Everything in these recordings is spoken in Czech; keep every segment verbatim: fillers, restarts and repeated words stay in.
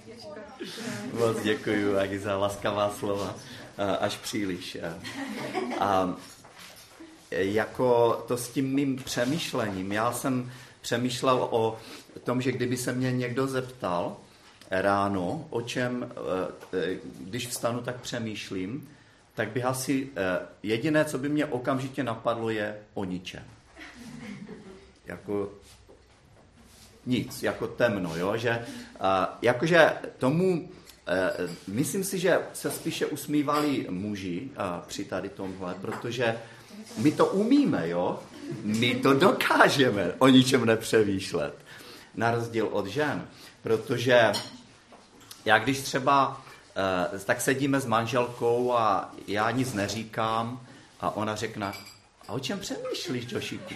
Moc děkuji, Agi, za laskavá slova, až příliš. A jako to s tím mým přemýšlením, já jsem přemýšlel o tom, že kdyby se mě někdo zeptal ráno, o čem, když vstanu, tak přemýšlím, tak bych asi, jediné, co by mě okamžitě napadlo, je o ničem. Jako nic, jako temno, jo, že jakože tomu, myslím si, že se spíše usmívali muži při tady tomhle, protože my to umíme, jo, my to dokážeme o ničem nepřemýšlet, na rozdíl od žen, protože já když třeba tak sedíme s manželkou a já nic neříkám a ona řekne, a o čem přemýšlíš, Jošiku?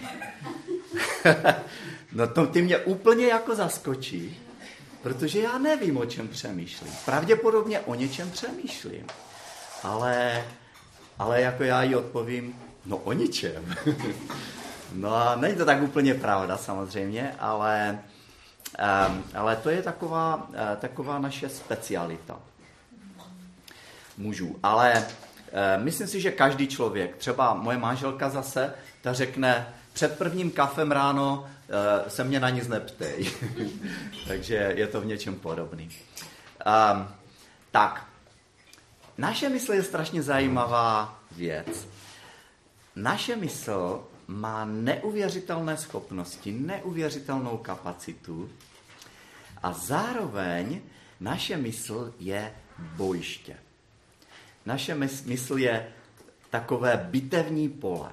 No to ty mě úplně jako zaskočí, protože já nevím, o čem přemýšlím. Pravděpodobně o něčem přemýšlím, ale, ale jako já jí odpovím, no o ničem. No a není to tak úplně pravda samozřejmě, ale, um, ale to je taková, uh, taková naše specialita mužů. Ale uh, myslím si, že každý člověk, třeba moje manželka zase, ta řekne, před prvním kafem ráno uh, se mě na nic neptej. Takže je to v něčem podobný. Um, tak, naše mysl je strašně zajímavá věc. Naše mysl má neuvěřitelné schopnosti, neuvěřitelnou kapacitu a zároveň naše mysl je bojiště. Naše mysl je takové bitevní pole.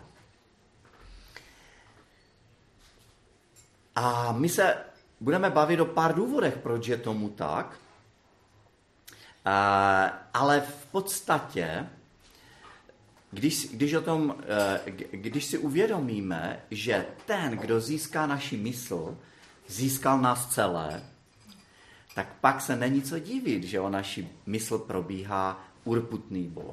A my se budeme bavit o pár důvodech, proč je tomu tak, ale v podstatě Když, když, o tom, když si uvědomíme, že ten, kdo získá naši mysl, získal nás celé, tak pak se není co divit, že o naši mysl probíhá urputný boj.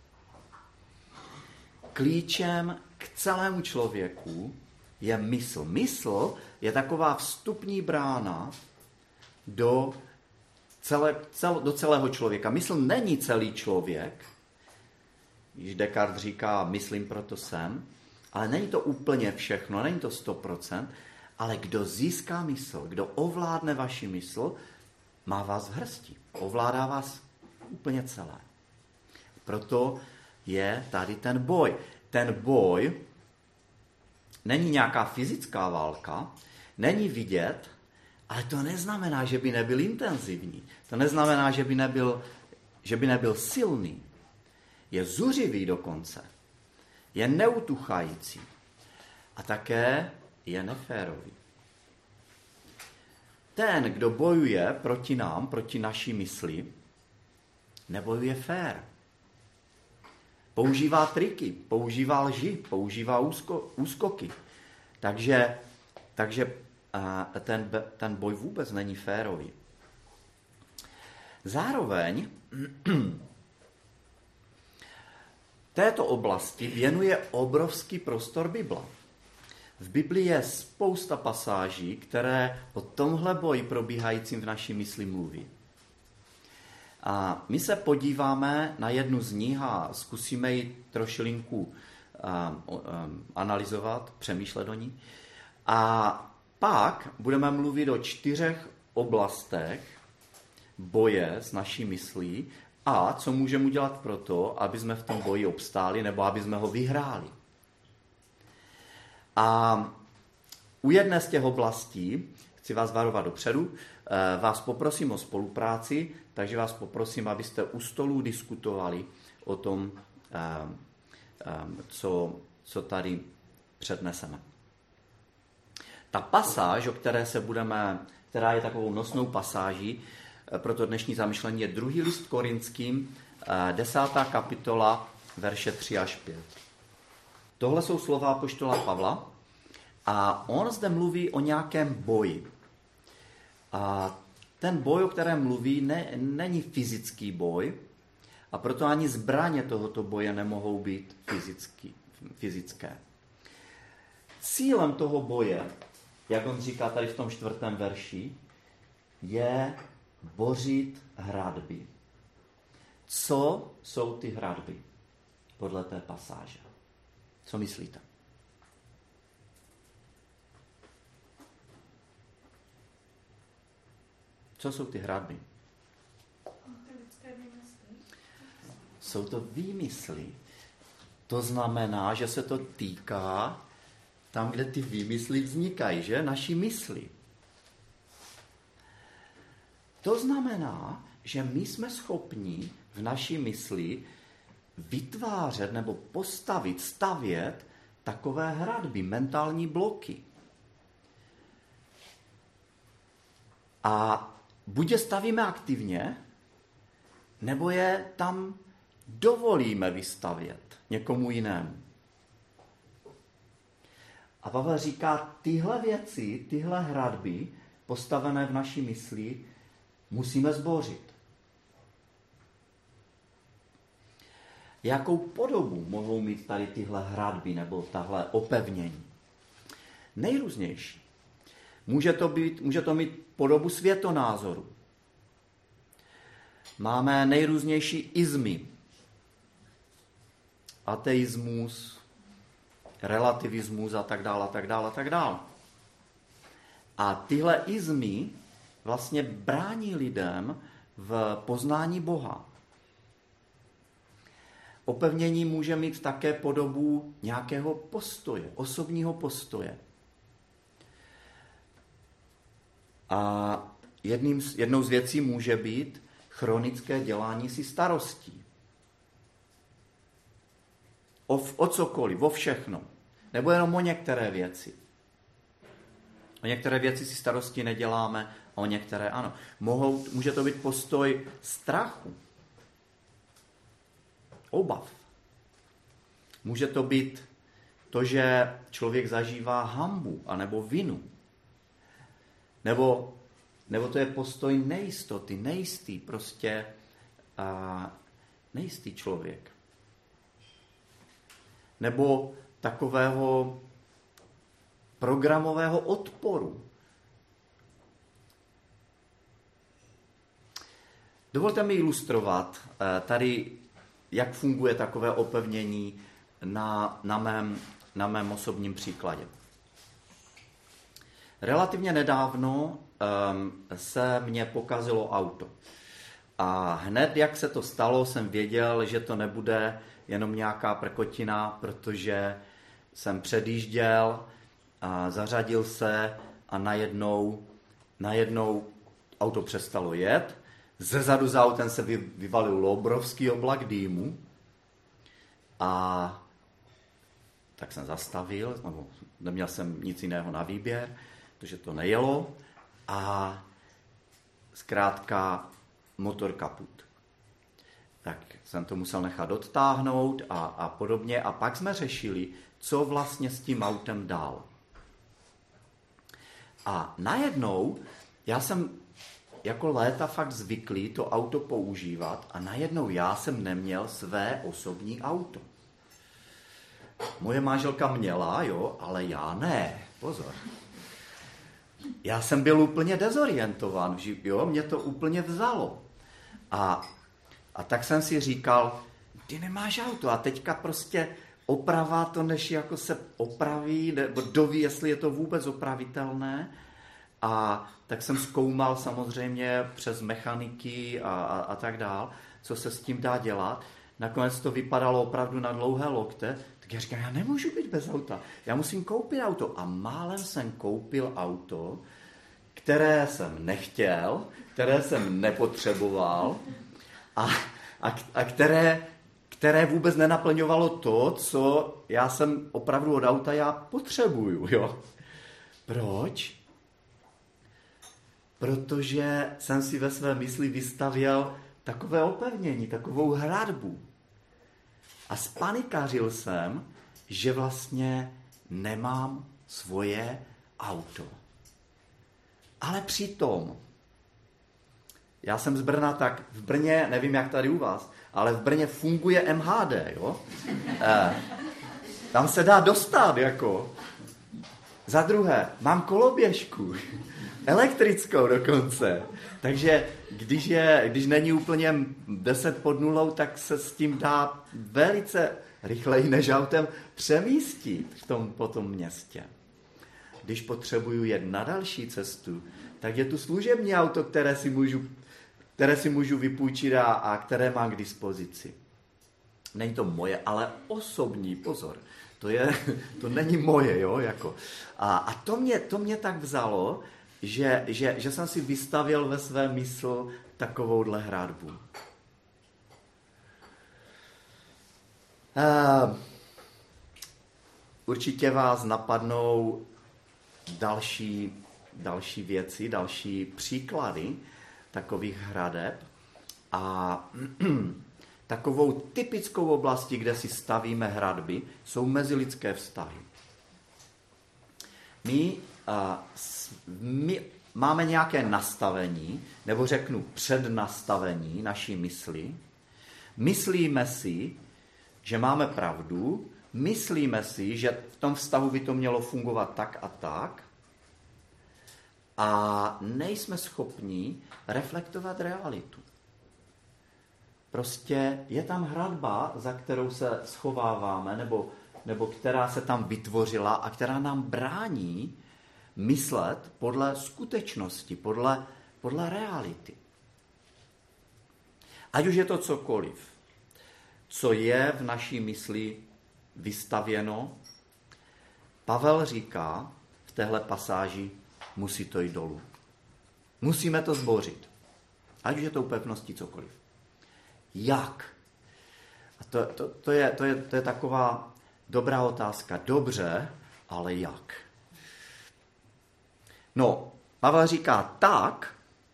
Klíčem k celému člověku je mysl. Mysl je taková vstupní brána do, celé, cel, do celého člověka. Mysl není celý člověk, když Descartes říká, myslím, proto jsem, ale není to úplně všechno, není to sto procent, ale kdo získá mysl, kdo ovládne vaši mysl, má vás v hrsti, ovládá vás úplně celé. Proto je tady ten boj. Ten boj není nějaká fyzická válka, není vidět, ale to neznamená, že by nebyl intenzivní. To neznamená, že by nebyl, že by nebyl silný. Je zuřivý dokonce, je neutuchající a také je neférový. Ten, kdo bojuje proti nám, proti naší mysli, nebojuje fér. Používá triky, používá lži, používá úsko, úskoky. Takže, takže ten, ten boj vůbec není férový. Zároveň této oblasti věnuje obrovský prostor Bible. V Biblii je spousta pasáží, které o tomhle boji probíhajícím v naší mysli mluví. A my se podíváme na jednu z nich a zkusíme ji trošilinku um, um, analyzovat, přemýšlet o ní. A pak budeme mluvit o čtyřech oblastech boje s naší myslí a co můžeme udělat pro to, aby jsme v tom boji obstáli nebo aby jsme ho vyhráli. A u jedné z těch oblastí, chci vás varovat dopředu, vás poprosím o spolupráci, takže vás poprosím, abyste u stolů diskutovali o tom, co, co tady předneseme. Ta pasáž, o které se budeme, která je takovou nosnou pasáží pro to dnešní zamyšlení, je druhý list Korinským, desátá kapitola, verše tři až pět. Tohle jsou slova apoštola Pavla a on zde mluví o nějakém boji. A ten boj, o kterém mluví, ne, není fyzický boj a proto ani zbraně tohoto boje nemohou být fyzický, fyzické. Cílem toho boje, jak on říká tady v tom čtvrtém verši, je bořit hradby. Co jsou ty hradby podle té pasáže? Co myslíte? Co jsou ty hradby? Jsou to výmysly. To znamená, že se to týká tam, kde ty výmysly vznikají, že? Naší mysli. To znamená, že my jsme schopni v naší mysli vytvářet nebo postavit, stavět takové hradby, mentální bloky. A buď je stavíme aktivně, nebo je tam dovolíme vystavět někomu jinému. A Pavel říká, tyhle věci, tyhle hradby, postavené v naší mysli, musíme zbořit. Jakou podobu mohou mít tady tyhle hradby nebo tahle opevnění? Nejrůznější. Může to být, může to mít podobu světonázoru. Máme nejrůznější izmy. Ateismus, relativismus a tak dále, a tak dále, a tak dále. A tyhle izmy vlastně brání lidem v poznání Boha. Opevnění může mít také podobu nějakého postoje, osobního postoje. A jedním, jednou z věcí může být chronické dělání si starostí. O, o cokoliv, o všechno. Nebo jenom o některé věci. O některé věci si starosti neděláme, a o některé ano. Mohou, může to být postoj strachu, obav. Může to být to, že člověk zažívá hanbu anebo vinu. Nebo, nebo to je postoj nejistoty, nejistý, prostě a, nejistý člověk. Nebo takového programového odporu. Dovolte mi ilustrovat tady, jak funguje takové opevnění na, na, mém, na mém osobním příkladě. Relativně nedávno um, se mně pokazilo auto. A hned, jak se to stalo, jsem věděl, že to nebude jenom nějaká prkotina, protože jsem předjížděl, a zařadil se a najednou, najednou auto přestalo jet. Zezadu za autem se vyvalil obrovský oblak dýmu a tak jsem zastavil, no, neměl jsem nic jiného na výběr, protože to nejelo a zkrátka motor kaput. Tak jsem to musel nechat odtáhnout a, a podobně a pak jsme řešili, co vlastně s tím autem dál. A najednou já jsem jako léta fakt zvyklý to auto používat a najednou já jsem neměl své osobní auto. Moje manželka měla, jo, ale já ne. Pozor. Já jsem byl úplně dezorientován, jo, mě to úplně vzalo. A, a tak jsem si říkal, ty nemáš auto a teďka prostě oprava to, než jako se opraví, nebo doví, jestli je to vůbec opravitelné. A tak jsem zkoumal samozřejmě přes mechaniky a, a, a tak dál, co se s tím dá dělat. Nakonec to vypadalo opravdu na dlouhé lokte, tak já říkám, já nemůžu být bez auta, já musím koupit auto. A málem jsem koupil auto, které jsem nechtěl, které jsem nepotřeboval a, a, a které, které vůbec nenaplňovalo to, co já jsem opravdu od auta já potřebuju. Jo? Proč? Protože jsem si ve své mysli vystavěl takové opevnění, takovou hradbu. A spanikařil jsem, že vlastně nemám svoje auto. Ale přitom, já jsem z Brna, tak v Brně, nevím jak tady u vás, ale v Brně funguje M H D, jo? E, tam se dá dostat, jako. Za druhé, mám koloběžku. Elektrickou dokonce. Takže když, je, když není úplně deset pod nulou, tak se s tím dá velice rychleji než autem přemístit v tom, po tom městě. Když potřebuju jet na další cestu, tak je tu služební auto, které si můžu, které si můžu vypůjčit a, a které mám k dispozici. Není to moje, ale osobní, pozor. To, je, to není moje, jo, jako. A, a to, mě, to mě tak vzalo, že, že, že jsem si vystavil ve své mysl takovouhle hradbu. Uh, určitě vás napadnou další, další věci, další příklady takových hradeb. A takovou typickou oblastí, kde si stavíme hradby, jsou mezilidské vztahy. My, uh, my máme nějaké nastavení, nebo řeknu přednastavení naší mysli. Myslíme si, že máme pravdu, myslíme si, že v tom vztahu by to mělo fungovat tak a tak, a nejsme schopni reflektovat realitu. Prostě je tam hradba, za kterou se schováváme, nebo, nebo která se tam vytvořila a která nám brání myslet podle skutečnosti, podle, podle reality. Ať už je to cokoliv, co je v naší mysli vystavěno, Pavel říká v téhle pasáži, musí to jít dolů. Musíme to zbořit. Ať už je to u pevnosti cokoliv. Jak? A to, to, to, je, to, je, to je taková dobrá otázka. Dobře, ale jak? No, Pavel říká tak,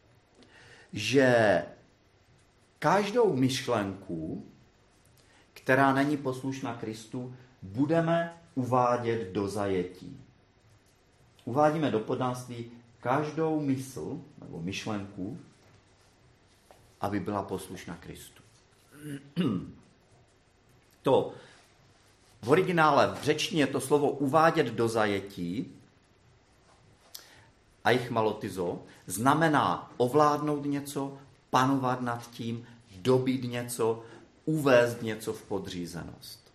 že každou myšlenku, která není poslušná Kristu, budeme uvádět do zajetí. Uvádíme do poddanství každou mysl nebo myšlenku, aby byla poslušná Kristu. To v originále v řečtině to slovo uvádět do zajetí aichmalotizo znamená ovládnout něco, panovat nad tím, dobít něco, uvést něco v podřízenost.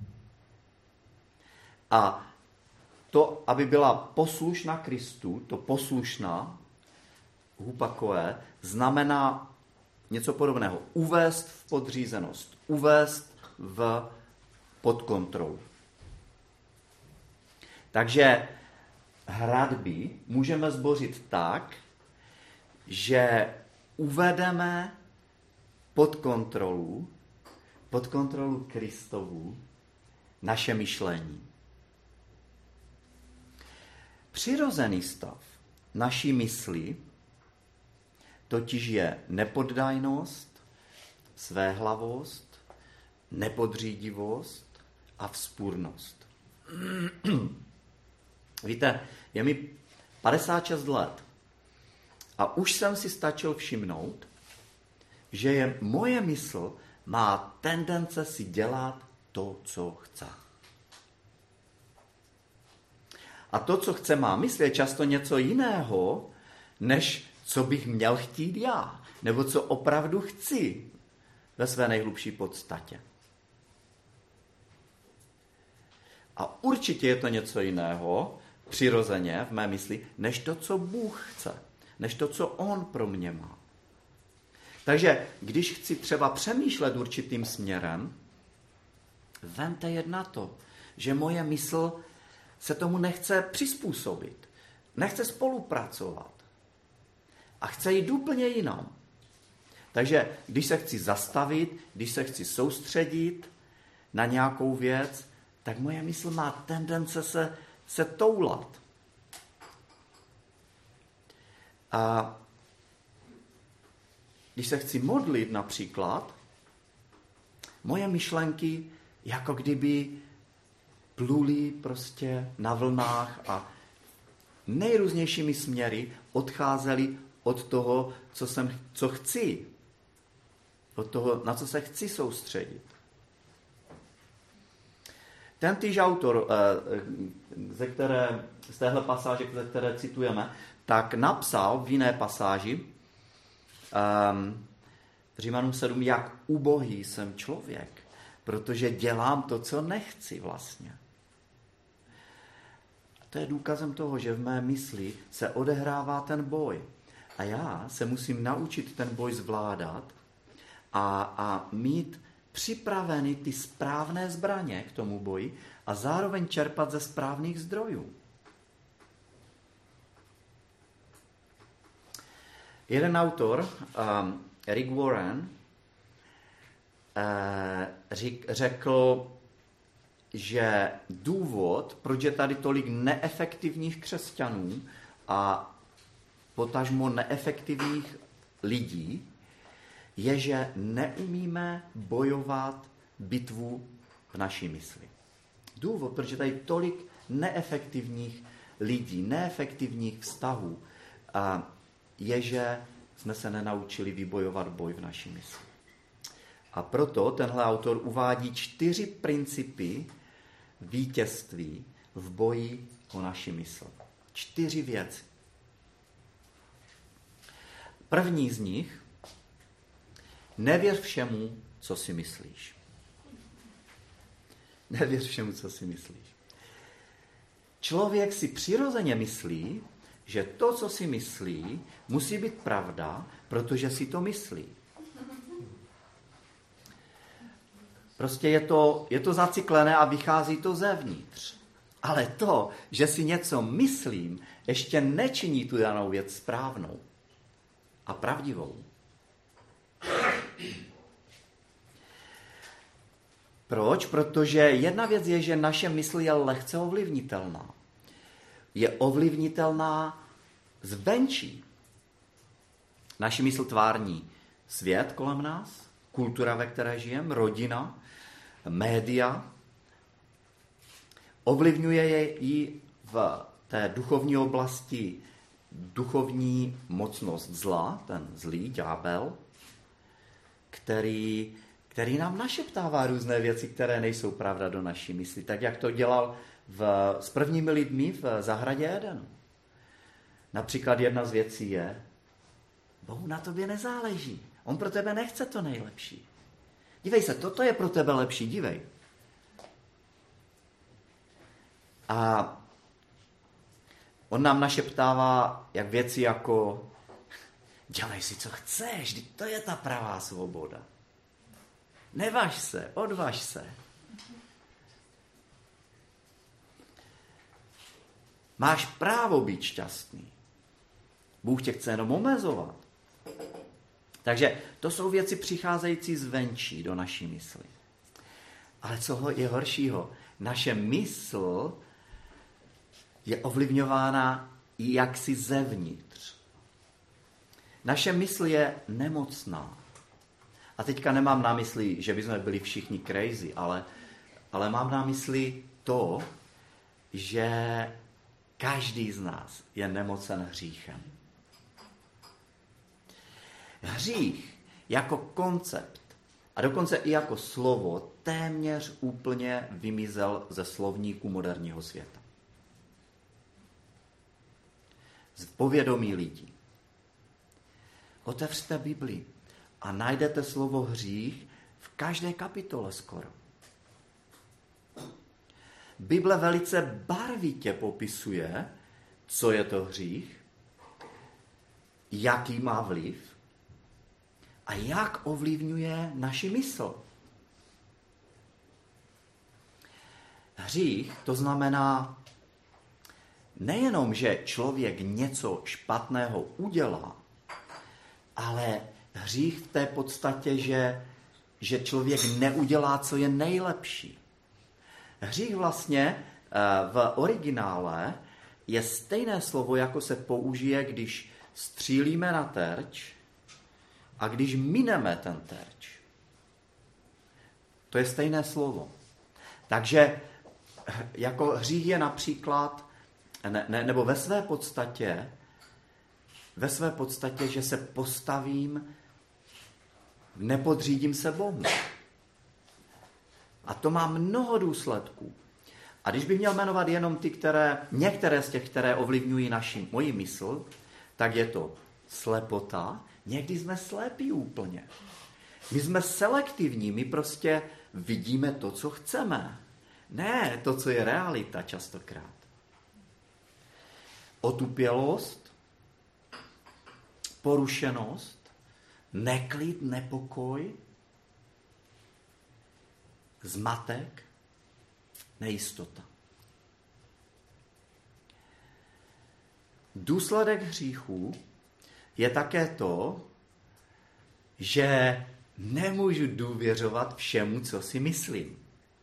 A to, aby byla poslušná Kristu, to poslušná, hupakoé, znamená něco podobného. Uvést v podřízenost, uvést v pod kontrolu. Takže hradby můžeme zbořit tak, že uvedeme pod kontrolu, pod kontrolu Kristovu naše myšlení. Přirozený stav naší mysli totiž je nepoddajnost, svéhlavost, nepodřídivost a vzpůrnost. Víte, je mi padesát šest let a už jsem si stačil všimnout, že je, moje mysl má tendence si dělat to, co chce. A to, co chce má mysl, je často něco jiného, než co bych měl chtít já, nebo co opravdu chci ve své nejhlubší podstatě. A určitě je to něco jiného, přirozeně v mé mysli, než to, co Bůh chce, než to, co On pro mě má. Takže když chci třeba přemýšlet určitým směrem, vemte jen na to, že moje mysl se tomu nechce přizpůsobit, nechce spolupracovat a chce jít úplně jinam. Takže když se chci zastavit, když se chci soustředit na nějakou věc, tak moje mysl má tendence se, se toulat. A když se chci modlit například, moje myšlenky jako kdyby pluly prostě na vlnách a nejrůznějšími směry odcházely od toho, co, jsem, co chci. Od toho, na co se chci soustředit. Ten týž autor, ze které, z téhle pasáže, ze které citujeme, tak napsal v jiné pasáži um, Římanům sedm, jak ubohý jsem člověk, protože dělám to, co nechci vlastně. To je důkazem toho, že v mé mysli se odehrává ten boj. A já se musím naučit ten boj zvládat a, a mít připraveny ty správné zbraně k tomu boji a zároveň čerpat ze správných zdrojů. Jeden autor, um, Rick Warren, uh, řík, řekl, že důvod, proč je tady tolik neefektivních křesťanů a potažmo neefektivních lidí, je, že neumíme bojovat bitvu v naší mysli. Důvod, proč je tady tolik neefektivních lidí, neefektivních vztahů, je, že jsme se nenaučili vybojovat boj v naší mysli. A proto tenhle autor uvádí čtyři principy vítězství v boji o naši mysl. Čtyři věci. První z nich, nevěř všemu, co si myslíš. Nevěř všemu, co si myslíš. Člověk si přirozeně myslí, že to, co si myslí, musí být pravda, protože si to myslí. Prostě je to, je to zacyklené a vychází to zevnitř. Ale to, že si něco myslím, ještě nečiní tu danou věc správnou a pravdivou. Proč? Protože jedna věc je, že naše mysl je lehce ovlivnitelná. Je ovlivnitelná zvenčí. Naši mysl tvární svět kolem nás, kultura, ve které žijeme, rodina, média. Ovlivňuje ji v té duchovní oblasti duchovní mocnost zla, ten zlý ďábel, který, který nám našeptává různé věci, které nejsou pravda do naší mysli. Tak, jak to dělal v, s prvními lidmi v zahradě Edenu. Například jedna z věcí je, Bohu na tobě nezáleží. On pro tebe nechce to nejlepší. Dívej se, toto je pro tebe lepší, dívej. A on nám našeptává jak věci jako dělej si, co chceš, to je ta pravá svoboda. Nevaž se, odvaž se. Máš právo být šťastný. Bůh tě chce jenom omezovat. Takže to jsou věci přicházející zvenčí do naší mysli. Ale co je horšího? Naše mysl je ovlivňována jaksi zevnitř. Naše mysl je nemocná. A teďka nemám na mysli, že bychom byli všichni crazy, ale, ale mám na mysli to, že každý z nás je nemocen hříchem. Hřích jako koncept a dokonce i jako slovo téměř úplně vymizel ze slovníku moderního světa. Z povědomí lidí. Otevřte Bibli a najdete slovo hřích v každé kapitole skoro. Bible velice barvitě popisuje, co je to hřích, jaký má vliv a jak ovlivňuje naši mysl. Hřích to znamená nejenom, že člověk něco špatného udělá, ale hřích v té podstatě, že, že člověk neudělá, co je nejlepší. Hřích vlastně v originále je stejné slovo, jako se použije, když střílíme na terč a když mineme ten terč. To je stejné slovo. Takže jako hřích je například, ne, ne, nebo ve své podstatě, ve své podstatě, že se postavím, nepodřídím se Bohu. A to má mnoho důsledků. A když bych měl jmenovat jenom ty, které, některé z těch, které ovlivňují naši, moji mysl, tak je to slepota. Někdy jsme slepí úplně. My jsme selektivní, my prostě vidíme to, co chceme. Ne to, co je realita častokrát. Otupělost, porušenost, neklid, nepokoj, zmatek, nejistota. Důsledek hříchu je také to, že nemůžu důvěřovat všemu, co si myslím.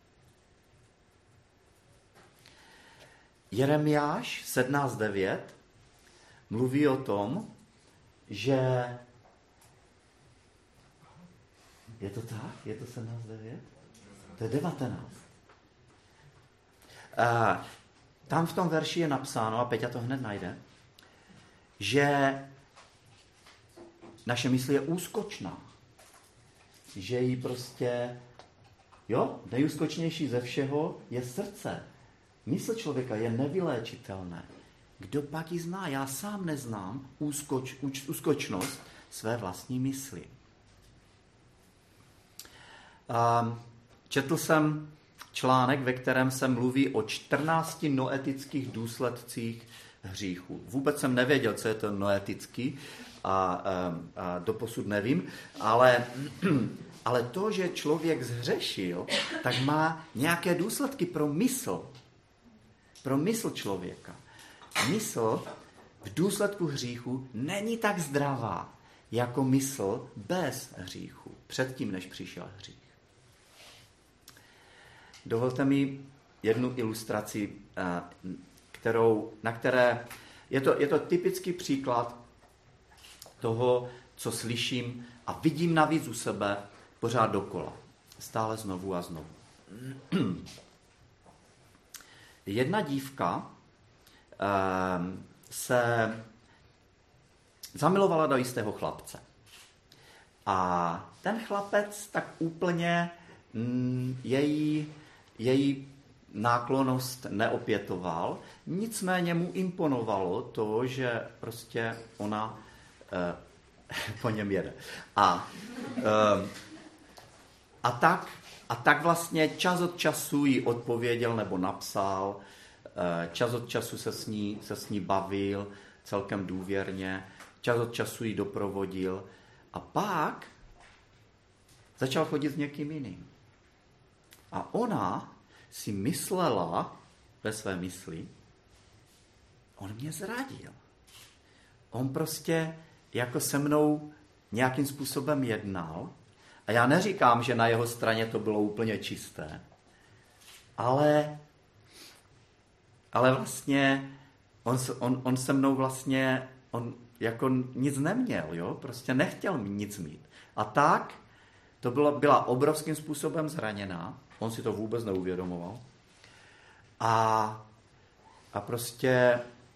Jeremiáš sedmnáct devět mluví o tom, že je to tak? Je to sedmnáct devět? To je devatenáct. A tam v tom verši je napsáno, a Peťa to hned najde, že naše mysl je úskočná. Že jí prostě, jo, nejúskočnější ze všeho je srdce. Mysl člověka je nevyléčitelné. Kdo pak ji zná? Já sám neznám úskoč, úskočnost své vlastní mysli. Um, četl jsem článek, ve kterém se mluví o čtrnácti noetických důsledcích hříchu. Vůbec jsem nevěděl, co je to noetický a, a, a doposud nevím, ale, ale to, že člověk zhřešil, tak má nějaké důsledky pro mysl. Pro mysl člověka. Mysl v důsledku hříchu není tak zdravá, jako mysl bez hříchu, předtím, než přišel hřích. Dovolte mi jednu ilustraci, kterou, na které je to, je to typický příklad toho, co slyším a vidím navíc u sebe pořád dokola. Stále znovu a znovu. Jedna dívka se zamilovala do jistého chlapce. A ten chlapec tak úplně mm, její, její náklonnost neopětoval, nicméně mu imponovalo to, že prostě ona eh, po něm jede. A, eh, a, tak, a tak vlastně čas od času jí odpověděl nebo napsal, eh, čas od času se s ní, se s ní bavil celkem důvěrně, čas od času ji doprovodil a pak začal chodit s někým jiným. A ona si myslela ve své mysli, on mě zradil. On prostě jako se mnou nějakým způsobem jednal a já neříkám, že na jeho straně to bylo úplně čisté, ale, ale vlastně on, on, on se mnou vlastně on jako nic neměl, jo? Prostě nechtěl nic mít. A tak to byla, byla obrovským způsobem zraněná, on si to vůbec neuvědomoval. A, a prostě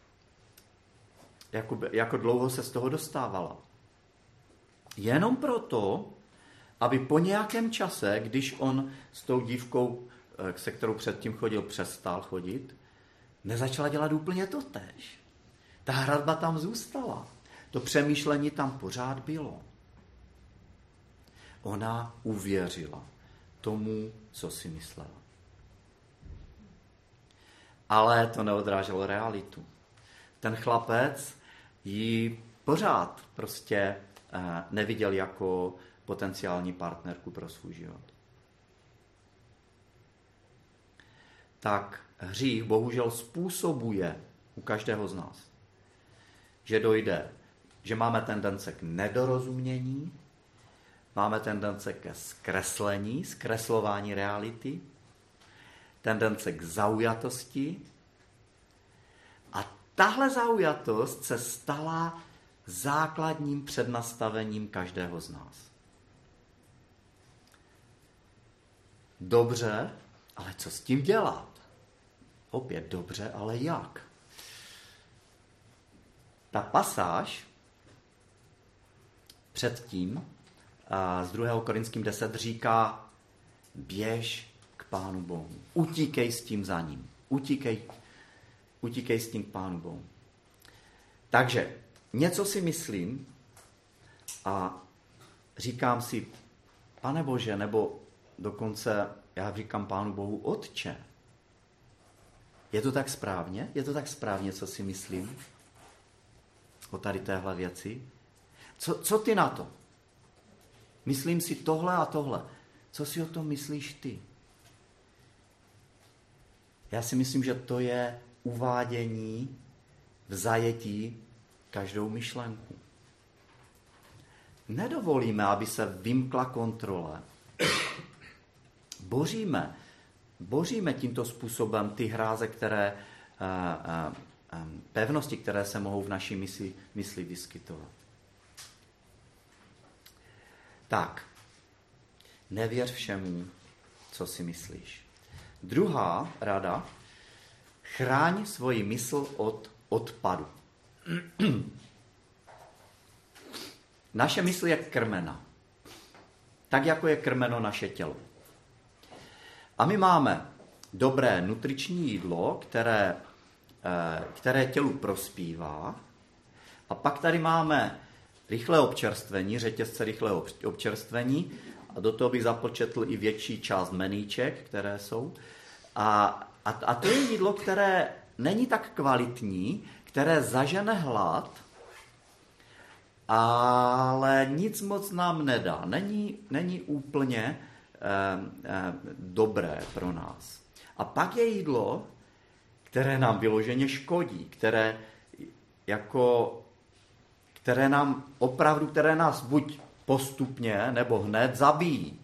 jako, jako dlouho se z toho dostávala. Jenom proto, aby po nějakém čase, když on s tou dívkou, se kterou předtím chodil, přestal chodit, nezačala dělat úplně totéž. Ta hradba tam zůstala. To přemýšlení tam pořád bylo. Ona uvěřila tomu, co si myslela. Ale to neodráželo realitu. Ten chlapec ji pořád prostě neviděl jako potenciální partnerku pro svůj život. Tak hřích bohužel způsobuje u každého z nás, že dojde, že máme tendence k nedorozumění, máme tendence ke zkreslení, zkreslování reality, tendence k zaujatosti a tahle zaujatost se stala základním přednastavením každého z nás. Dobře, ale co s tím dělat? Opět dobře, ale jak? Ta pasáž předtím z druhého Korinským deset říká běž k Pánu Bohu. Utíkej s tím za ním. Utíkej, utíkej s tím k Pánu Bohu. Takže něco si myslím a říkám si, Pane Bože, nebo dokonce já říkám Pánu Bohu, Otče. Je to tak správně? Je to tak správně, co si myslím o tady téhle věci? Co, co ty na to? Myslím si tohle a tohle. Co si o tom myslíš ty? Já si myslím, že to je uvádění v zajetí každou myšlenku. Nedovolíme, aby se vymkla kontrole. Boříme, boříme tímto způsobem ty hráze, které, uh, uh, um, pevnosti, které se mohou v naší mysli, mysli vyskytovat. Tak, nevěř všemu, co si myslíš. Druhá rada, chráň svoji mysl od odpadu. Naše mysl je krmena, tak jako je krmeno naše tělo. A my máme dobré nutriční jídlo, které, které tělu prospívá, a pak tady máme rychlé občerstvení, řetězce rychlé občerstvení, a do toho bych započetl i větší část meníček, které jsou. A, a, a to je jídlo, které není tak kvalitní, které zažene hlad, ale nic moc nám nedá. Není, není úplně eh, eh, dobré pro nás. A pak je jídlo, které nám vyloženě škodí, které, jako, které nám opravdu, které nás buď postupně nebo hned zabíjí.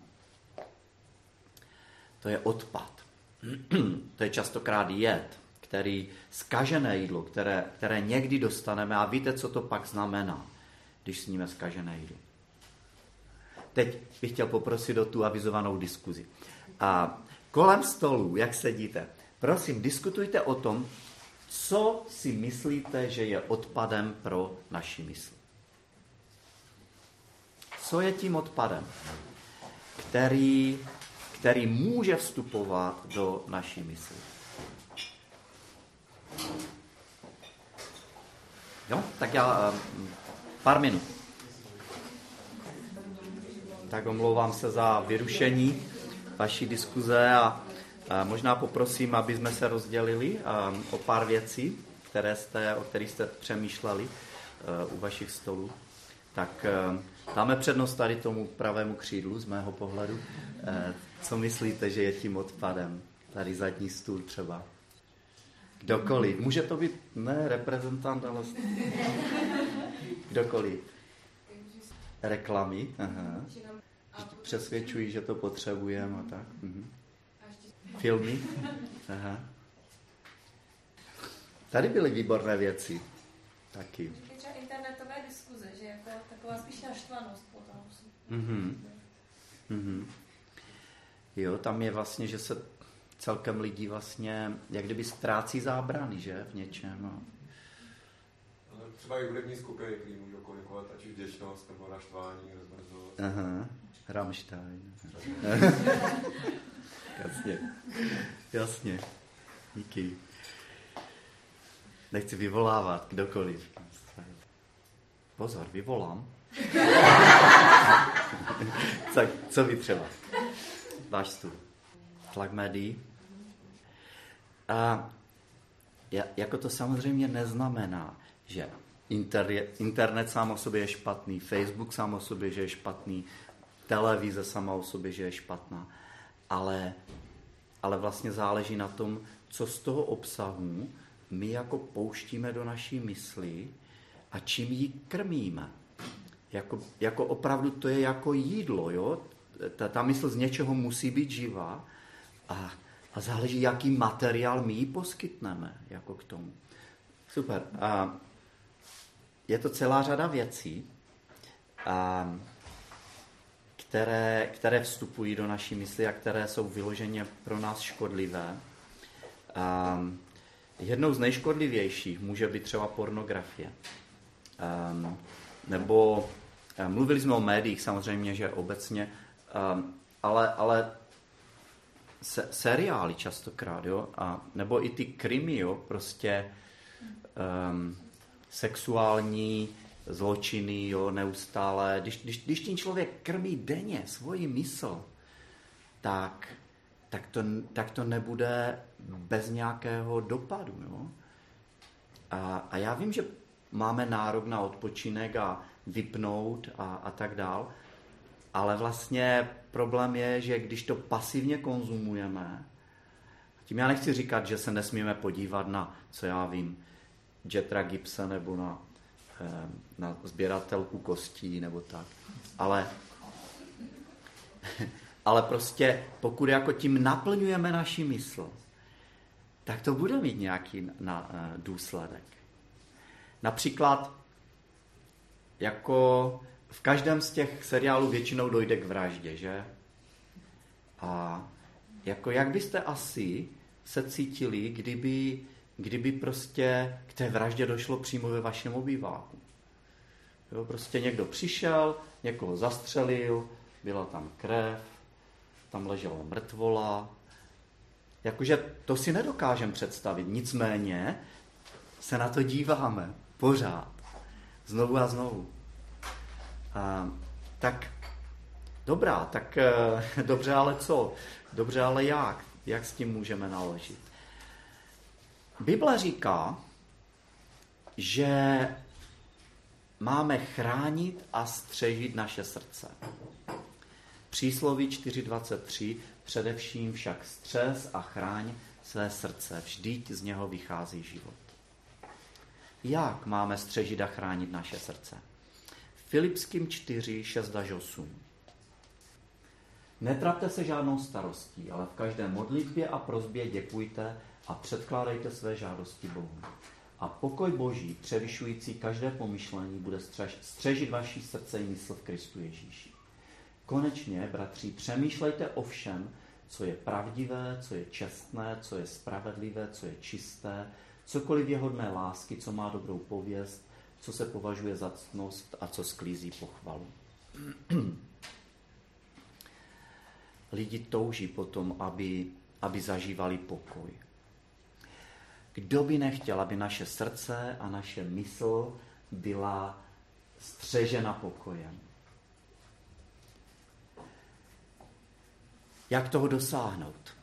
To je odpad. To je častokrát jed, který zkažené jídlo, které, které někdy dostaneme, a víte, co to pak znamená, když sníme zkažené jídlo. Teď bych chtěl poprosit o tu avizovanou diskuzi. A kolem stolu, jak sedíte, prosím, diskutujte o tom, co si myslíte, že je odpadem pro naši mysl. Co je tím odpadem, který, který může vstupovat do naší mysli? Jo, tak já pár minut. Tak omlouvám se za vyrušení vaší diskuze a, a možná poprosím, aby jsme se rozdělili a, o pár věcí, které jste, o kterých jste přemýšleli a, u vašich stolů. Tak a, dáme přednost tady tomu pravému křídlu z mého pohledu. A, co myslíte, že je tím odpadem? Tady zadní stůl třeba. Kdokoliv. Může to být, ne reprezentant, ale kdokoliv. Reklamy. Aha. Přesvědčují, že to potřebujeme a tak. Mhm. Filmy. Aha. Tady byly výborné věci. Taky. Třeba internetové diskuze, že jako taková spíš naštvanost potom. Mhm. Mhm. Jo, tam je vlastně, že se celkem lidí vlastně, jak kdyby ztrácí zábrany, že, v něčem. Ale třeba i hudební skupiny, který můžou komunikovat, ať už vděčnost nebo naštvání, rozmrzlost. Aha, Rammstein. Jasně, jasně, díky. Nechci vyvolávat kdokoliv. Pozor, vyvolám. Tak, co vy třeba? Váš stůl. Tlak médií. A jako to samozřejmě neznamená, že internet sám o sobě je špatný, Facebook sám o sobě, že je špatný, televize sama o sobě, že je špatná, ale, ale vlastně záleží na tom, co z toho obsahu my jako pouštíme do naší mysli a čím ji krmíme. Jako, jako opravdu to je jako jídlo, jo? Ta, ta mysl z něčeho musí být živá a, a záleží, jaký materiál my jí poskytneme jako k tomu. Super. A je to celá řada věcí, a, které, které vstupují do naší mysli a které jsou vyloženě pro nás škodlivé. A, jednou z nejškodlivějších může být třeba pornografie. A, nebo a, mluvili jsme o médiích samozřejmě, že obecně, a, ale, ale se, seriály častokrát, jo, a, nebo i ty krimi, jo, prostě um, sexuální zločiny, jo, neustále. Když, když, když tím člověk krmí denně svoji mysl, tak, tak, to, tak to nebude bez nějakého dopadu. Jo? A, a já vím, že máme nárok na odpočinek a vypnout a, a tak dál, ale vlastně problém je, že když to pasivně konzumujeme, tím já nechci říkat, že se nesmíme podívat na, co já vím, Jethra Gibbse nebo na, na sběratelku kostí nebo tak, ale, ale prostě pokud jako tím naplňujeme naši mysl, tak to bude mít nějaký na, na, důsledek. Například jako v každém z těch seriálů většinou dojde k vraždě, že? A jako jak byste asi se cítili, kdyby, kdyby prostě k té vraždě došlo přímo ve vašem obýváku? Jo, prostě někdo přišel, někoho zastřelil, byla tam krev, tam ležela mrtvola. Jakože to si nedokážeme představit, nicméně se na to díváme pořád, znovu a znovu. A, tak dobrá, tak e, dobře, ale co? Dobře, ale jak? Jak s tím můžeme naložit? Bible říká, že máme chránit a střežit naše srdce. Přísloví čtyři dvacet tři, především však střez a chráň své srdce, vždyť z něho vychází život. Jak máme střežit a chránit naše srdce? Filipským čtyři, šest až osm. Netrapte se žádnou starostí, ale v každé modlitbě a prosbě děkujte a předkládejte své žádosti Bohu. A pokoj Boží, převyšující každé pomyšlení, bude střež, střežit vaší srdce i mysl v Kristu Ježíši. Konečně, bratři, přemýšlejte o všem, co je pravdivé, co je čestné, co je spravedlivé, co je čisté, cokoliv je hodné lásky, co má dobrou pověst, co se považuje za ctnost a co sklízí pochvalu. Lidi touží potom, aby, aby zažívali pokoj. Kdo by nechtěl, aby naše srdce a naše mysl byla střežena pokojem? Jak toho dosáhnout?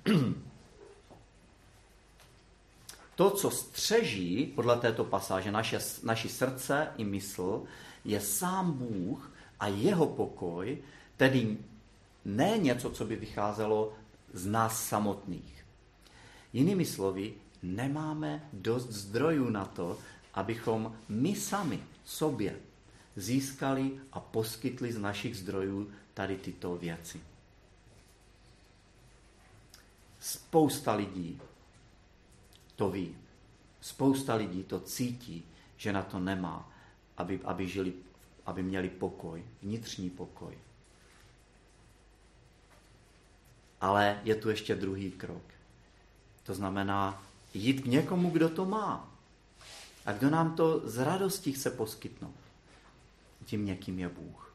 To, co střeží podle této pasáže naše, naši srdce i mysl, je sám Bůh a jeho pokoj, tedy ne něco, co by vycházelo z nás samotných. Jinými slovy, nemáme dost zdrojů na to, abychom my sami sobě získali a poskytli z našich zdrojů tady tyto věci. Spousta lidí to ví. Spousta lidí to cítí, že na to nemá, aby, aby, žili, aby měli pokoj, vnitřní pokoj. Ale je tu ještě druhý krok. To znamená jít k někomu, kdo to má. A kdo nám to z radostí chce poskytnout. Tím někým je Bůh.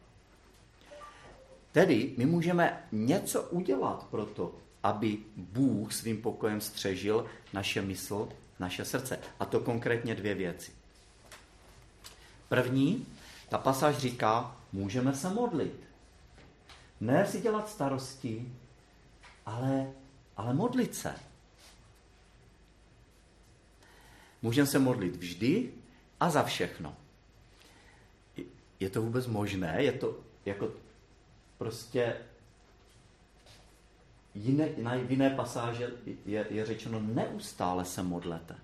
Tedy my můžeme něco udělat pro to, aby Bůh svým pokojem střežil naše mysl, naše srdce. A to konkrétně dvě věci. První, ta pasáž říká, můžeme se modlit. Ne si dělat starosti, ale, ale modlit se. Můžeme se modlit vždy a za všechno. Je to vůbec možné? Je to jako prostě jiné, na jiné pasáže je, je řečeno neustále se modlete.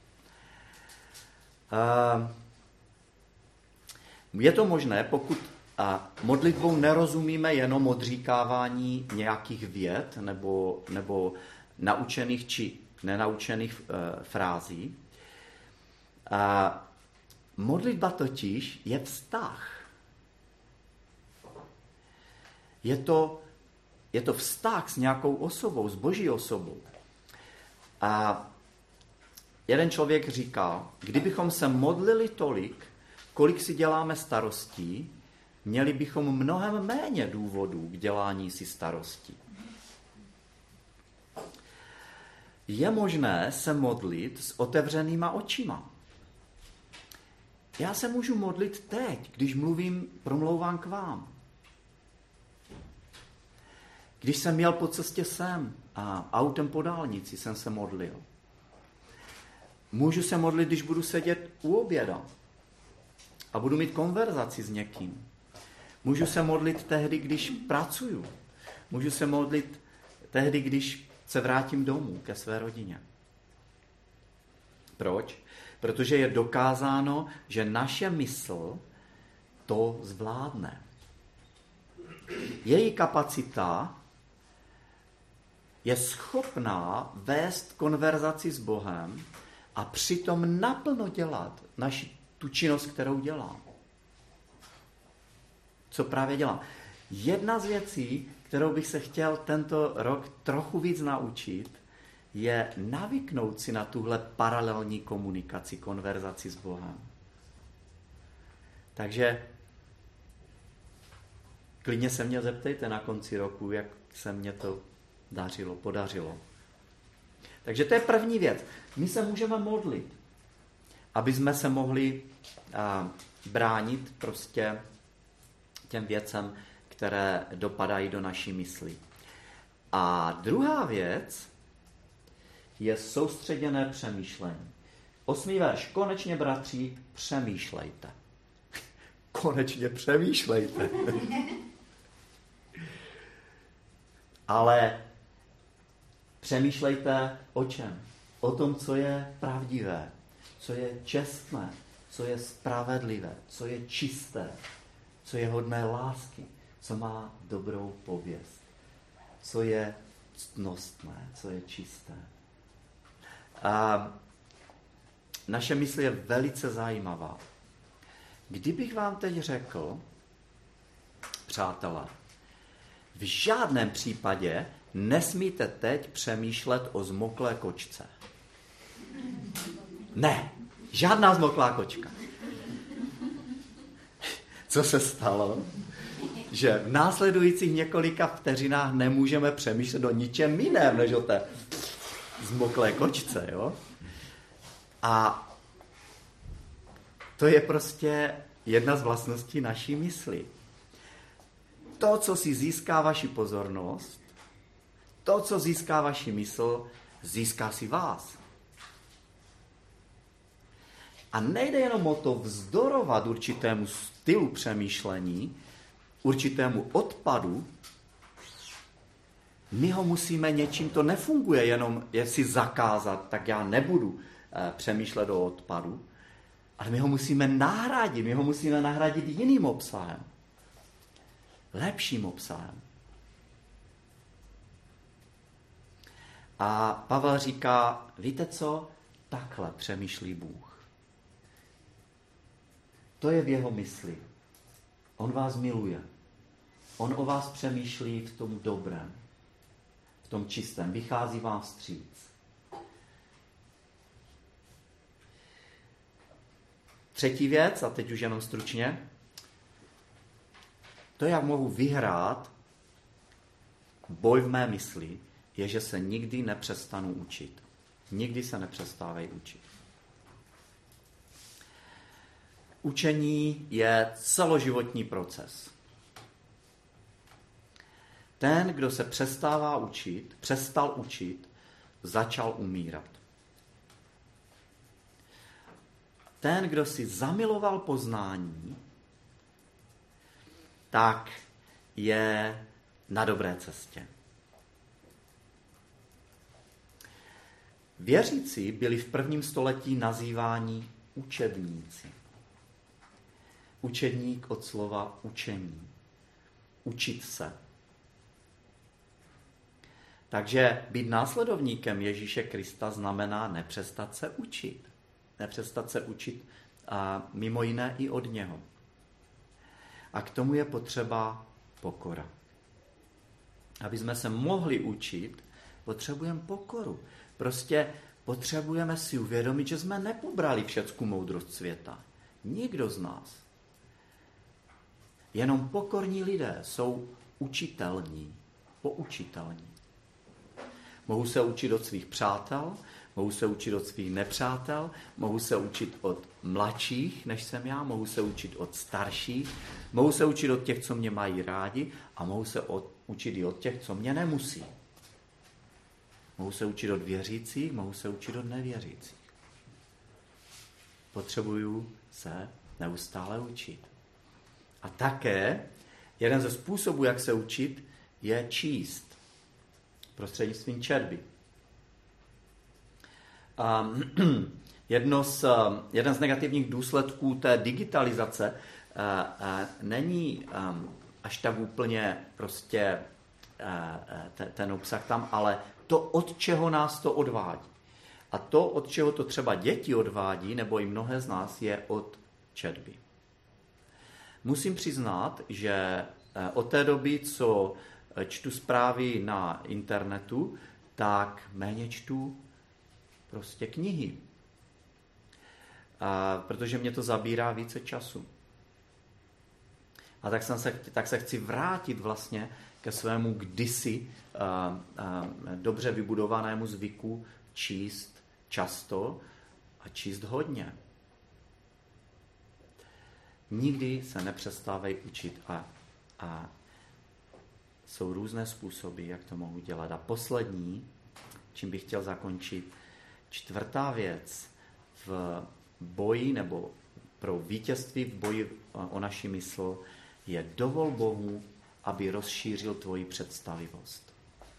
Je to možné, pokud modlitbou nerozumíme jenom odříkávání nějakých vět nebo, nebo naučených či nenaučených e, frází. A modlitba totiž je vztah. Je to, je to vztah s nějakou osobou, s Boží osobou. A jeden člověk říká, kdybychom se modlili tolik, kolik si děláme starostí, měli bychom mnohem méně důvodů k dělání si starostí. Je možné se modlit s otevřenýma očima. Já se můžu modlit teď, když mluvím, promlouvám k vám. Když jsem jel po cestě sem a autem po dálnici jsem se modlil. Můžu se modlit, když budu sedět u oběda a budu mít konverzaci s někým. Můžu se modlit tehdy, když pracuju. Můžu se modlit tehdy, když se vrátím domů ke své rodině. Proč? Protože je dokázáno, že naše mysl to zvládne. Její kapacita je schopná vést konverzaci s Bohem a přitom naplno dělat naši, tu činnost, kterou dělám. Co právě dělám? Jedna z věcí, kterou bych se chtěl tento rok trochu víc naučit, je navyknout si na tuhle paralelní komunikaci, konverzaci s Bohem. Takže klidně se mě zeptejte na konci roku, jak se mně to dařilo, podařilo. Takže to je první věc. My se můžeme modlit, aby jsme se mohli a, bránit prostě těm věcem, které dopadají do naší mysli. A druhá věc je soustředěné přemýšlení. Osmý verš. Konečně, bratři, přemýšlejte. Konečně přemýšlejte. Ale přemýšlejte o čem? O tom, co je pravdivé, co je čestné, co je spravedlivé, co je čisté, co je hodné lásky, co má dobrou pověst, co je ctnostné, co je čisté. A naše mysl je velice zajímavá. Kdybych vám teď řekl, přátelé, v žádném případě nesmíte teď přemýšlet o zmoklé kočce. Ne, žádná zmoklá kočka. Co se stalo? Že v následujících několika vteřinách nemůžeme přemýšlet o ničem jiném, než o té zmoklé kočce, jo? A to je prostě jedna z vlastností naší mysli. To, co si získá vaši pozornost, to, co získá vaši mysl, získá si vás. A nejde jenom o to vzdorovat určitému stylu přemýšlení, určitému odpadu, my ho musíme něčím, to nefunguje jenom, jestli zakázat, tak já nebudu eh, přemýšlet o odpadu, ale my ho musíme nahradit, my ho musíme nahradit jiným obsahem, lepším obsahem. A Pavel říká, víte co, takhle přemýšlí Bůh. To je v jeho mysli. On vás miluje. On o vás přemýšlí v tom dobrém, v tom čistém. Vychází vám vstříc. Třetí věc, a teď už jenom stručně, to, jak mohu vyhrát boj v mé mysli, je, že se nikdy nepřestanu učit. Nikdy se nepřestávej učit. Učení je celoživotní proces. Ten, kdo se přestává učit, přestal učit, začal umírat. Ten, kdo si zamiloval poznání, tak je na dobré cestě. Věřící byli v prvním století nazýváni učedníci. Učedník od slova učení. Učit se. Takže být následovníkem Ježíše Krista znamená nepřestat se učit. Nepřestat se učit a mimo jiné i od něho. A k tomu je potřeba pokora. Aby jsme se mohli učit, potřebujeme pokoru. Prostě potřebujeme si uvědomit, že jsme nepobrali všecku moudrost světa. Nikdo z nás. Jenom pokorní lidé jsou učitelní, poučitelní. Mohou se učit od svých přátel, Mohu se učit od svých nepřátel, mohu se učit od mladších, než jsem já, mohu se učit od starších, mohu se učit od těch, co mě mají rádi a mohu se od, učit i od těch, co mě nemusí. Mohu se učit od věřících, mohu se učit od nevěřících. Potřebuju se neustále učit. A také jeden ze způsobů, jak se učit, je číst prostřednictvím četby. Um, jedno z, jeden z negativních důsledků té digitalizace uh, uh, není um, až tak úplně prostě uh, te, ten obsah tam, ale to, od čeho nás to odvádí. A to, od čeho to třeba děti odvádí, nebo i mnohé z nás, je od četby. Musím přiznat, že od té doby, co čtu zprávy na internetu, tak méně čtu prostě knihy. A protože mě to zabírá více času. A tak, jsem se, tak se chci vrátit vlastně ke svému kdysi a, a, dobře vybudovanému zvyku číst často a číst hodně. Nikdy se nepřestávej učit a, a jsou různé způsoby, jak to mohu dělat. A poslední, čím bych chtěl zakončit, čtvrtá věc v boji nebo pro vítězství v boji o naši mysl je dovol Bohu, aby rozšířil tvoji představivost.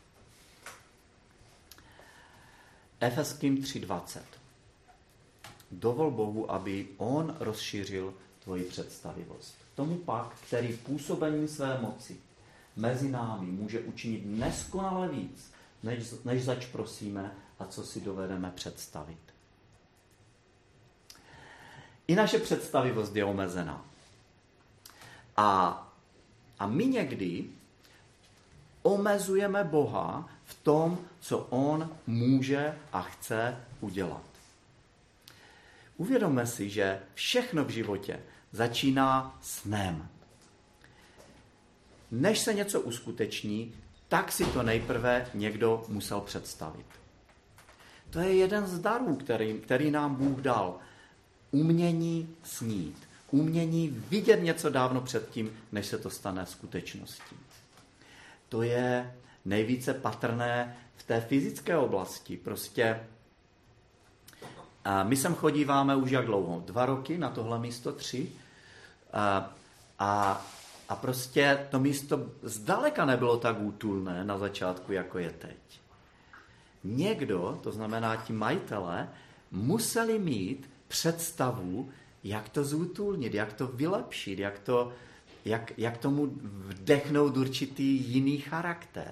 Efeským tři dvacet. Dovol Bohu, aby on rozšířil tvoji představivost. Tomu pak, který působením své moci mezi námi může učinit neskonale víc, než, než zač prosíme a co si dovedeme představit. I naše představivost je omezená. A, a my někdy omezujeme Boha v tom, co on může a chce udělat. Uvědomme si, že všechno v životě začíná snem. Než se něco uskuteční, tak si to nejprve někdo musel představit. To je jeden z darů, který, který nám Bůh dal. Umění snít. Umění vidět něco dávno předtím, než se to stane skutečností. To je nejvíce patrné v té fyzické oblasti. Prostě a my sem chodíváme už jak dlouho? Dva roky na tohle místo, tři. A, a, a prostě to místo zdaleka nebylo tak útulné na začátku, jako je teď. Někdo, to znamená ti majitelé, museli mít představu, jak to zútulnit, jak to vylepšit, jak, to, jak, jak tomu vdechnout určitý jiný charakter.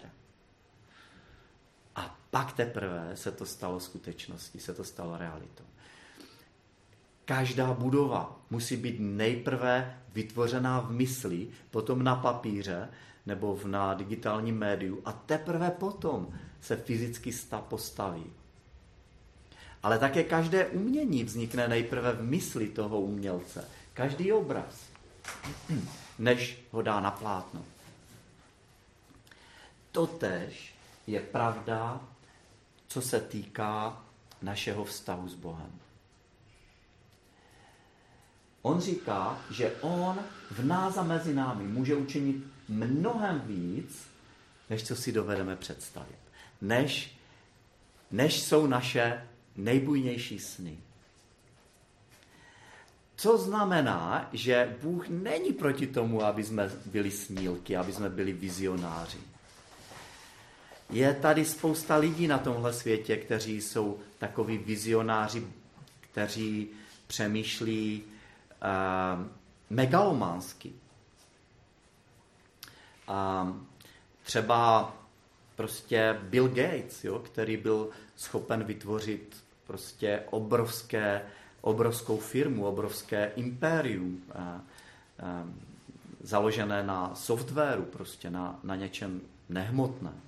A pak teprve se to stalo skutečností, se to stalo realitou. Každá budova musí být nejprve vytvořená v mysli, potom na papíře nebo na digitálním médiu a teprve potom se fyzicky postaví. Ale také každé umění vznikne nejprve v mysli toho umělce. Každý obraz, než ho dá na plátno. Totéž je pravda, co se týká našeho vztahu s Bohem. On říká, že on v nás a mezi námi může učinit mnohem víc, než co si dovedeme představit. Než, než jsou naše nejbujnější sny. Co znamená, že Bůh není proti tomu, aby jsme byli snílky, aby jsme byli vizionáři. Je tady spousta lidí na tomhle světě, kteří jsou takoví vizionáři, kteří přemýšlí uh, megalománsky. Uh, třeba prostě Bill Gates, jo, který byl schopen vytvořit prostě obrovské, obrovskou firmu, obrovské impérium, uh, uh, založené na softwaru, prostě na, na něčem nehmotném.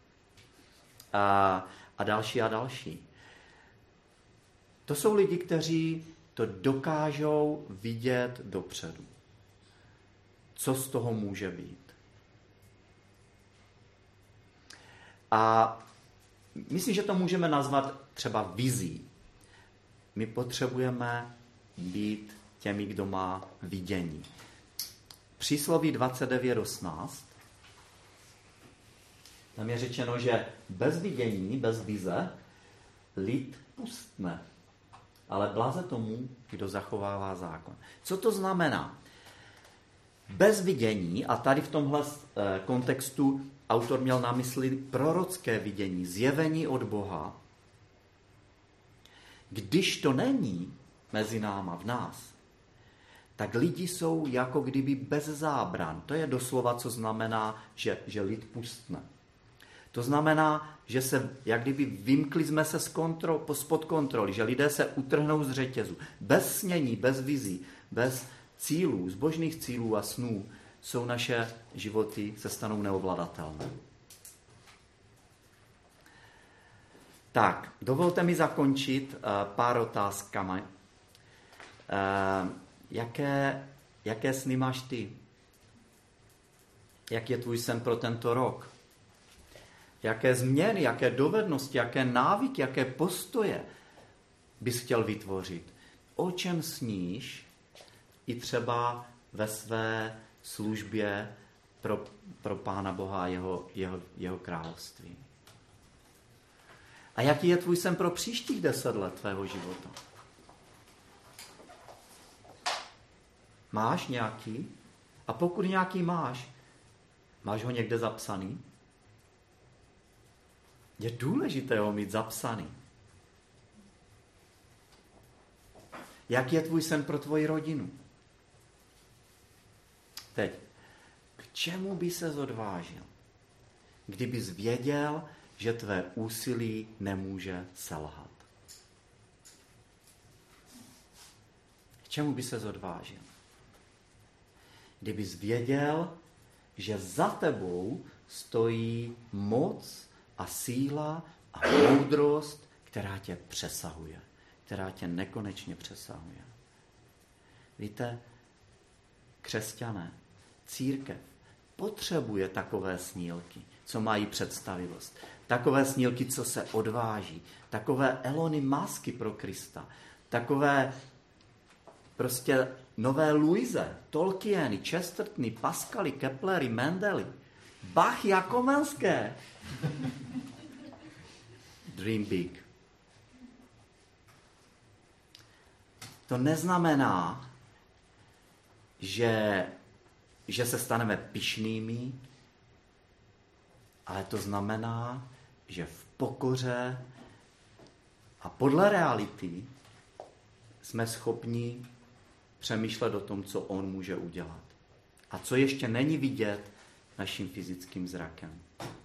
A, a další a další. To jsou lidi, kteří to dokážou vidět dopředu. Co z toho může být. A myslím, že to můžeme nazvat třeba vizí. My potřebujeme být těmi, kdo má vidění. Přísloví dvacet devět osmnáct. Tam je řečeno, že bez vidění, bez vize, lid pustne. Ale bláze tomu, kdo zachovává zákon. Co to znamená? Bez vidění, a tady v tomhle kontextu autor měl na mysli prorocké vidění, zjevení od Boha, když to není mezi náma, v nás, tak lidi jsou jako kdyby bez zábran. To je doslova, co znamená, že, že lid pustne. To znamená, že se, jak kdyby vymkli jsme se z kontrol, spod kontroly, že lidé se utrhnou z řetězu. Bez snění, bez vizí, bez cílů, zbožných cílů a snů jsou naše životy, se stanou neovladatelné. Tak, dovolte mi zakončit uh, pár otázkami. Uh, jaké, jaké sny máš ty? Jak je tvůj sen pro tento rok? Jaké změny, jaké dovednosti, jaké návyky, jaké postoje bys chtěl vytvořit? O čem sníš i třeba ve své službě pro, pro Pána Boha a jeho, jeho, jeho království? A jaký je tvůj sen pro příštích deset let tvého života? Máš nějaký? A pokud nějaký máš, máš ho někde zapsaný? Je důležité ho mít zapsaný. Jak je tvůj sen pro tvoji rodinu? Teď, k čemu by ses odvážil, kdybys věděl, že tvé úsilí nemůže selhat? K čemu by ses odvážil? Kdybys věděl, že za tebou stojí moc a síla a moudrost, která tě přesahuje, která tě nekonečně přesahuje. Víte, křesťané, církev potřebuje takové snílky, co mají představivost. Takové snílky, co se odváží. Takové Elony Musky pro Krista. Takové prostě nové Louise, Tolkieny, Chestertony, Pascaly, Keplery, Mendely, Bach, Jakomenské. Dream big. To neznamená, že, že se staneme pyšnými, ale to znamená, že v pokoře a podle reality jsme schopni přemýšlet o tom, co on může udělat. A co ještě není vidět naším fyzickým zrakem.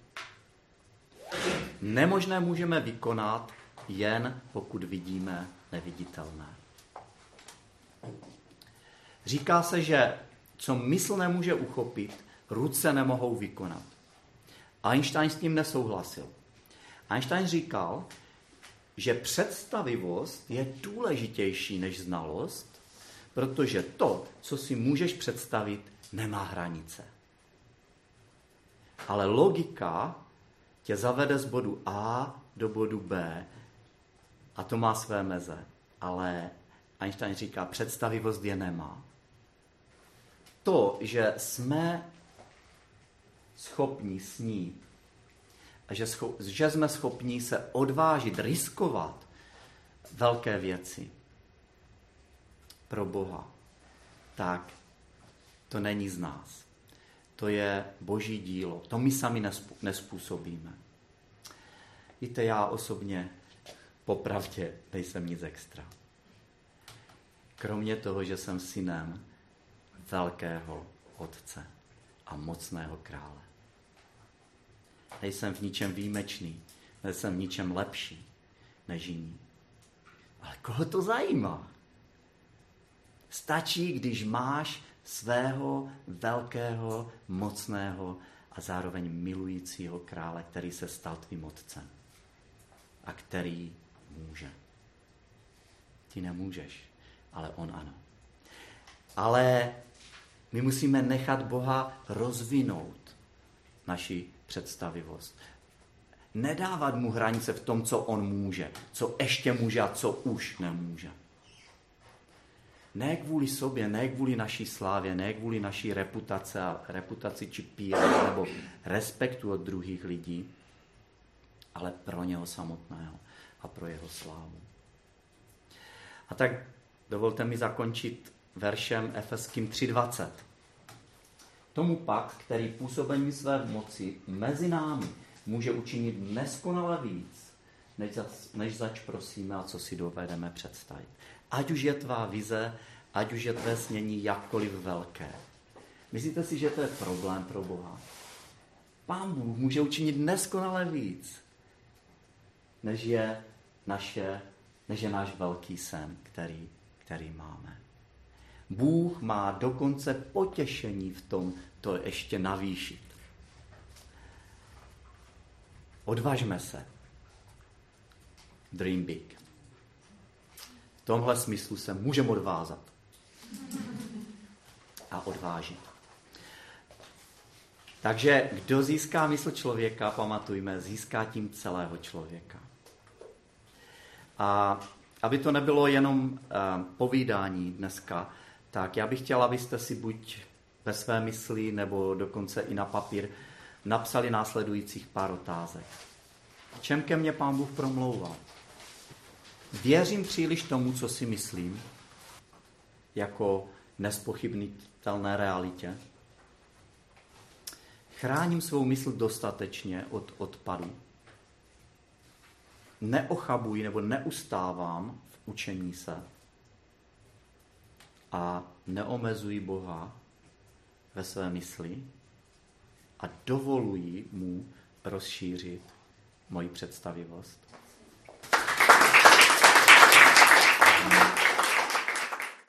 Nemožné můžeme vykonat jen pokud vidíme neviditelné. Říká se, že co mysl nemůže uchopit, ruce nemohou vykonat. Einstein s tím nesouhlasil. Einstein říkal, že představivost je důležitější než znalost, protože to, co si můžeš představit, nemá hranice. Ale logika tě zavede z bodu A do bodu B a to má své meze. Ale Einstein říká, představivost je nemá. To, že jsme schopni snít a že, scho- že jsme schopni se odvážit, riskovat velké věci pro Boha, tak to není z nás. To je Boží dílo. To my sami nespůsobíme. Víte, já osobně popravdě nejsem nic extra. Kromě toho, že jsem synem velkého otce a mocného krále. Nejsem v ničem výjimečný, nejsem v ničem lepší než jiní. Ale koho to zajímá? Stačí, když máš svého velkého, mocného a zároveň milujícího krále, který se stal tvým otcem a který může. Ty nemůžeš, ale on ano. Ale my musíme nechat Boha rozvinout naši představivost. Nedávat mu hranice v tom, co on může, co ještě může a co už nemůže. Ne kvůli sobě, ne kvůli naší slávě, ne kvůli naší reputace a reputaci či píle nebo respektu od druhých lidí, ale pro něho samotného a pro jeho slávu. A tak dovolte mi zakončit veršem Efeským tři dvacet. Tomu pak, který působením své moci mezi námi může učinit neskonale víc, než, za, než zač prosíme a co si dovedeme představit. Ať už je tvá vize, ať už je tvé snění jakkoliv velké. Myslíte si, že to je problém pro Boha? Pán Bůh může učinit neskonale víc, než je, naše, než je náš velký sen, který, který máme. Bůh má dokonce potěšení v tom, to ještě navýšit. Odvažme se. Dream big. V tomhle smyslu se můžeme odvázat. A odvážit. Takže kdo získá mysl člověka, pamatujme, získá tím celého člověka. A aby to nebylo jenom uh, povídání dneska, tak já bych chtěla, abyste si buď ve své mysli, nebo dokonce i na papír napsali následujících pár otázek. Čem ke mně Pán Bůh promlouval? Věřím příliš tomu, co si myslím, jako nespochybnitelné realitě? Chráním svou mysl dostatečně od odpadu? Neochabuji nebo neustávám v učení se? A neomezuji Boha ve své mysli a dovoluji mu rozšířit moji představivost?